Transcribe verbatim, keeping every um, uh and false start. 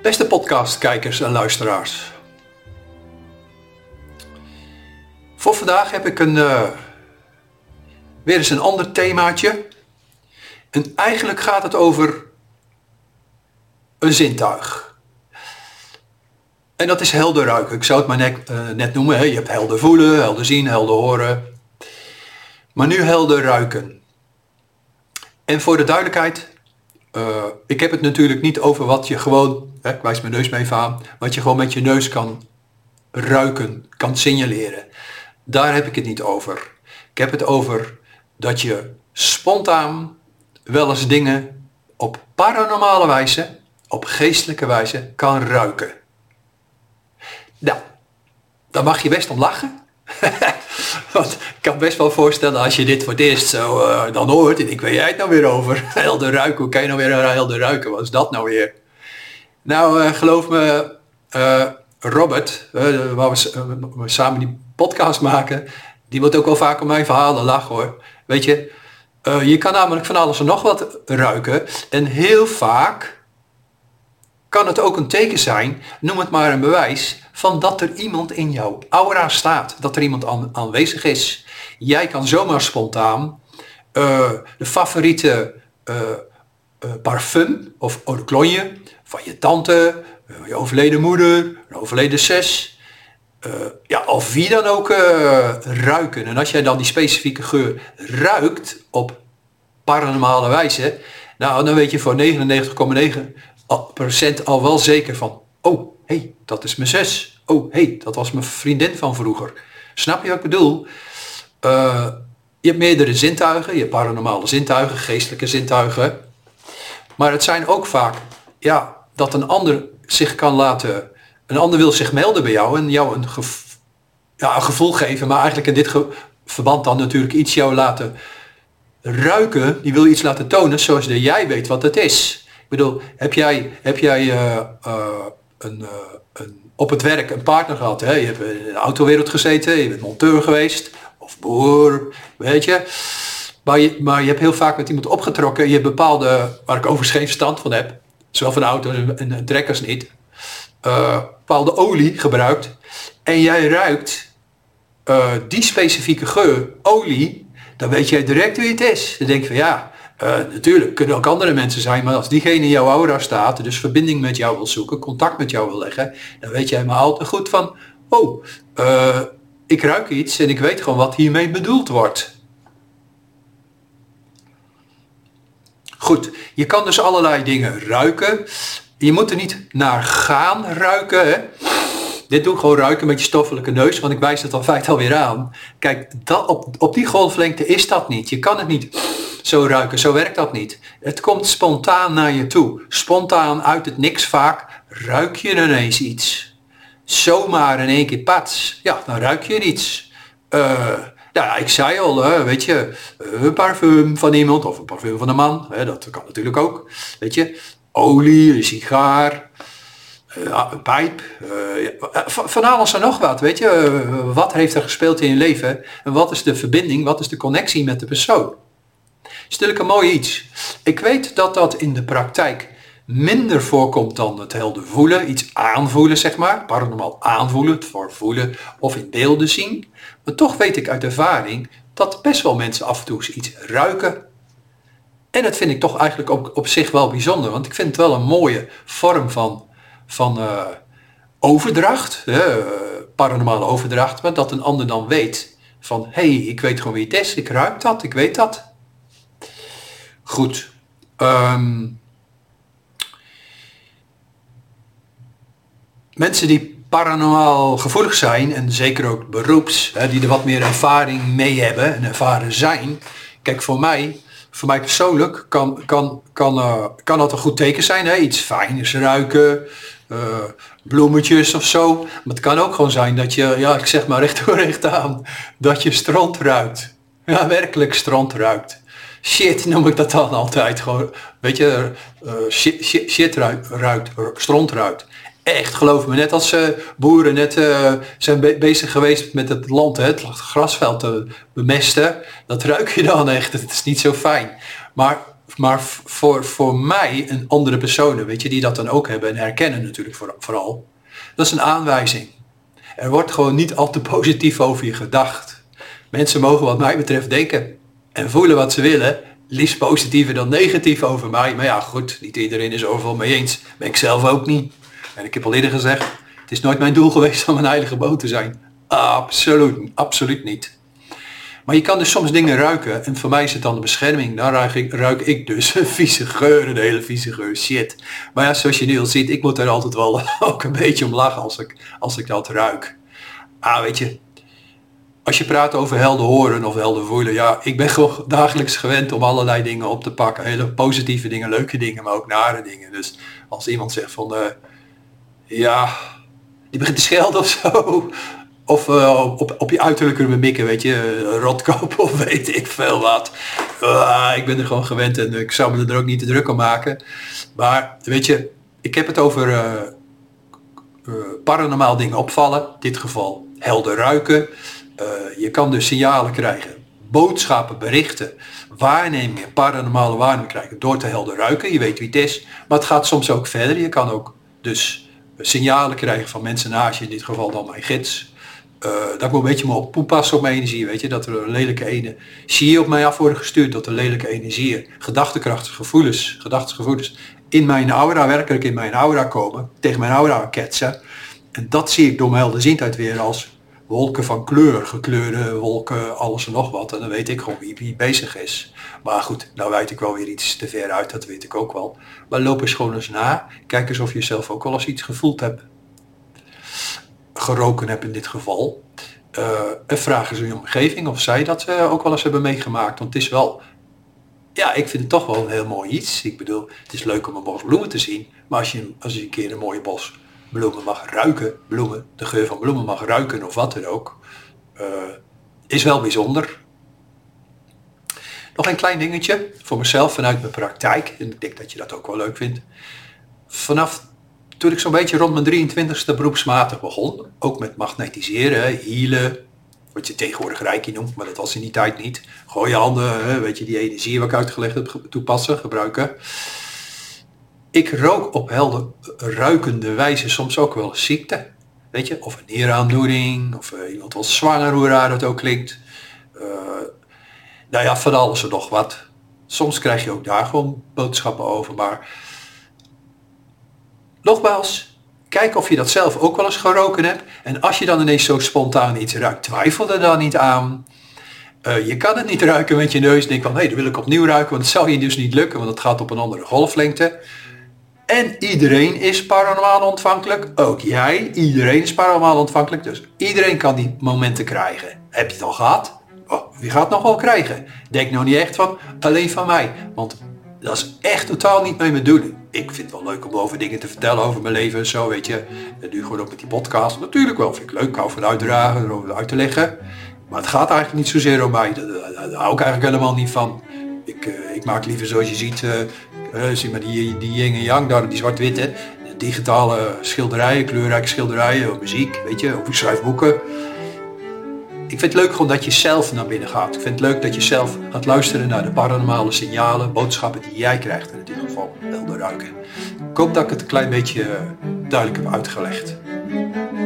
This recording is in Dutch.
Beste podcastkijkers en luisteraars. Voor vandaag heb ik een, uh, weer eens een ander themaatje. En eigenlijk gaat het over een zintuig. En dat is helder ruiken. Ik zou het maar net, uh, net noemen. Hè. Je hebt helder voelen, helder zien, helder horen. Maar nu helder ruiken. En voor de duidelijkheid... Uh, ik heb het natuurlijk niet over wat je gewoon, hè, ik wijs mijn neus mee even aan, wat je gewoon met je neus kan ruiken, kan signaleren. Daar heb ik het niet over. Ik heb het over dat je spontaan wel eens dingen op paranormale wijze, op geestelijke wijze kan ruiken. Nou, daar mag je best om lachen. Want ik kan best wel voorstellen als je dit voor het eerst zo uh, dan hoort. En ik weet jij het nou weer over. Helder ruiken, hoe kan je nou weer helder ruiken? Wat is dat nou weer? Nou, uh, geloof me, uh, Robert, uh, waar we, uh, we samen die podcast maken, die wordt ook wel vaak om mijn verhalen lachen hoor. Weet je, uh, je kan namelijk van alles en nog wat ruiken. En heel vaak kan het ook een teken zijn, noem het maar een bewijs, van dat er iemand in jouw aura staat. Dat er iemand aan, aanwezig is. Jij kan zomaar spontaan uh, de favoriete uh, uh, parfum of eau de cologne van je tante, uh, je overleden moeder, een overleden zus, uh, ja, of wie dan ook uh, ruiken. En als jij dan die specifieke geur ruikt op paranormale wijze, nou dan weet je voor negenennegentig komma negen procent al wel zeker van, oh, hé, hey, dat is mijn zus. Oh, hé, hey, dat was mijn vriendin van vroeger. Snap je wat ik bedoel? Uh, je hebt meerdere zintuigen. Je hebt paranormale zintuigen, geestelijke zintuigen. Maar het zijn ook vaak, ja, dat een ander zich kan laten, een ander wil zich melden bij jou en jou een, gev- ja, een gevoel geven, maar eigenlijk in dit ge- verband dan natuurlijk iets jou laten ruiken. Die wil iets laten tonen zoals dat jij weet wat het is. Ik bedoel, heb jij, heb jij uh, uh, een, uh, een, op het werk een partner gehad? Hè? Je hebt in de autowereld gezeten, je bent monteur geweest, of boer, weet je. Maar je, maar je hebt heel vaak met iemand opgetrokken. Je hebt bepaalde, waar ik overigens geen verstand van heb, zowel van de auto en, en trekkers niet, uh, bepaalde olie gebruikt. En jij ruikt uh, die specifieke geur, olie, dan weet jij direct wie het is. Dan denk je van ja, Uh, natuurlijk kunnen ook andere mensen zijn, maar als diegene in jouw aura staat, dus verbinding met jou wil zoeken, contact met jou wil leggen, dan weet jij maar altijd goed van, oh, uh, ik ruik iets en ik weet gewoon wat hiermee bedoeld wordt. Goed, je kan dus allerlei dingen ruiken. Je moet er niet naar gaan ruiken, hè. Dit doe ik gewoon ruiken met je stoffelijke neus, want ik wijs het al feit alweer aan. Kijk, dat, op, op die golflengte is dat niet. Je kan het niet zo ruiken, zo werkt dat niet. Het komt spontaan naar je toe. Spontaan uit het niks vaak ruik je ineens iets. Zomaar in één keer pats, ja, dan ruik je iets. Uh, ja, ik zei al, hè, weet je, een parfum van iemand of een parfum van een man, hè, dat kan natuurlijk ook. Weet je, olie, een sigaar, uh, een pijp, uh, van alles en nog wat, weet je. Uh, wat heeft er gespeeld in je leven en wat is de verbinding, wat is de connectie met de persoon? Stel ik een mooi iets. Ik weet dat dat in de praktijk minder voorkomt dan het helder voelen, iets aanvoelen zeg maar, paranormaal aanvoelen, het voorvoelen of in beelden zien. Maar toch weet ik uit ervaring dat best wel mensen af en toe iets ruiken. En dat vind ik toch eigenlijk ook op zich wel bijzonder, want ik vind het wel een mooie vorm van, van uh, overdracht, uh, paranormale overdracht, maar dat een ander dan weet van, hé, hey, ik weet gewoon wie het is, ik ruik dat, ik weet dat. Goed. Um, mensen die paranormaal gevoelig zijn, en zeker ook beroeps, hè, die er wat meer ervaring mee hebben en ervaren zijn. Kijk, voor mij, voor mij persoonlijk kan, kan, kan, uh, kan dat een goed teken zijn. Hè? Iets fijns ruiken, uh, bloemetjes of zo. Maar het kan ook gewoon zijn dat je, ja, ik zeg maar recht door recht aan, dat je stront ruikt. Ja, werkelijk stront ruikt. Shit noem ik dat dan altijd gewoon, weet je, uh, shit, shit, shit ruikt, ruikt, stront ruikt. Echt, geloof me, net als uh, boeren net uh, zijn be- bezig geweest met het land, hè, het grasveld te bemesten, dat ruik je dan echt, het is niet zo fijn. Maar Maar voor, voor mij en andere personen, weet je, die dat dan ook hebben en herkennen natuurlijk voor, vooral. Dat is een aanwijzing. Er wordt gewoon niet al te positief over je gedacht. Mensen mogen wat mij betreft denken en voelen wat ze willen. Liefst positiever dan negatief over mij. Maar ja, goed, niet iedereen is overal mee eens. Ben ik zelf ook niet. En ik heb al eerder gezegd, het is nooit mijn doel geweest om een heilige boot te zijn. Absoluut, absoluut niet. Maar je kan dus soms dingen ruiken. En voor mij is het dan de bescherming. Dan ruik ik, ruik ik dus een vieze geur, een hele vieze geur. Shit. Maar ja, zoals je nu al ziet, ik moet er altijd wel ook een beetje om lachen als ik, als ik dat ruik. Ah, weet je. Als je praat over helder horen of helder voelen. Ja, ik ben gewoon dagelijks gewend om allerlei dingen op te pakken. Hele positieve dingen, leuke dingen, maar ook nare dingen. Dus als iemand zegt van... Uh, ja, die begint te schelden of zo... Of uh, op, op je uiterlijk kunnen mikken, weet je, uh, rotkoop of weet ik veel wat. Uh, ik ben er gewoon gewend en ik zou me er ook niet te druk om maken. Maar weet je, ik heb het over uh, uh, paranormaal dingen opvallen. In dit geval helder ruiken. Uh, je kan dus signalen krijgen, boodschappen, berichten, waarnemingen, paranormale waarnemingen krijgen door te helder ruiken. Je weet wie het is. Maar het gaat soms ook verder. Je kan ook dus signalen krijgen van mensen naast je, in dit geval dan mijn gids. Uh, dat ik wel een beetje me op toepassen op mijn energie, weet je, dat er een lelijke energie op mij af worden gestuurd, dat er lelijke energieën, gedachtekrachten, gevoelens, gedachten, gevoelens in mijn aura, werkelijk in mijn aura komen, tegen mijn aura ketsen. En dat zie ik door mijn helderziendheid weer als wolken van kleur, gekleurde wolken, alles en nog wat. En dan weet ik gewoon wie, wie bezig is. Maar goed, nou wijd ik wel weer iets te ver uit, dat weet ik ook wel. Maar loop eens gewoon eens na, kijk eens of je zelf ook wel eens iets gevoeld hebt. Geroken heb in dit geval. Uh, en vragen ze in je omgeving of zij dat uh, ook wel eens hebben meegemaakt. Want het is wel, ja, ik vind het toch wel een heel mooi iets. Ik bedoel, het is leuk om een bos bloemen te zien. Maar als je, als je een keer een mooie bos bloemen mag ruiken, bloemen, de geur van bloemen mag ruiken of wat dan ook, uh, is wel bijzonder. Nog een klein dingetje voor mezelf vanuit mijn praktijk. En ik denk dat je dat ook wel leuk vindt. Vanaf toen ik zo'n beetje rond mijn drieëntwintigste beroepsmatig begon, ook met magnetiseren, healen, wat je tegenwoordig reiki noemt, maar dat was in die tijd niet. Gooi je handen, weet je, die energie wat ik uitgelegd heb, toepassen, gebruiken. Ik rook op helder ruikende wijze soms ook wel ziekte. Weet je, of een nieraandoening, of uh, iemand was zwanger, hoe raar dat ook klinkt. Uh, nou ja, van alles en nog wat. Soms krijg je ook daar gewoon boodschappen over, maar nogmaals, kijk of je dat zelf ook wel eens geroken hebt. En als je dan ineens zo spontaan iets ruikt, twijfel er dan niet aan. Uh, je kan het niet ruiken met je neus. Denk van, hé, hey, dat wil ik opnieuw ruiken. Want dat zal je dus niet lukken, want het gaat op een andere golflengte. En iedereen is paranormaal ontvankelijk. Ook jij, iedereen is paranormaal ontvankelijk. Dus iedereen kan die momenten krijgen. Heb je het al gehad? Oh, wie gaat het nog wel krijgen? Denk nou niet echt van, alleen van mij. Want dat is echt totaal niet mijn bedoeling. Ik vind het wel leuk om over dingen te vertellen over mijn leven en zo, weet je. En nu gewoon ook met die podcast. Natuurlijk wel, vind ik leuk. Ik hou van uitdragen, erover uit te leggen. Maar het gaat eigenlijk niet zozeer om mij. Daar, daar, daar hou ik eigenlijk helemaal niet van. Ik, uh, ik maak liever zoals je ziet, uh, uh, zie maar die, die yin en yang daar, die zwart-witte. Digitale schilderijen, kleurrijke schilderijen, muziek, weet je. Of ik schrijf boeken. Ik vind het leuk gewoon dat je zelf naar binnen gaat. Ik vind het leuk dat je zelf gaat luisteren naar de paranormale signalen, boodschappen die jij krijgt. En in dit geval helder ruiken. Ik hoop dat ik het een klein beetje duidelijk heb uitgelegd.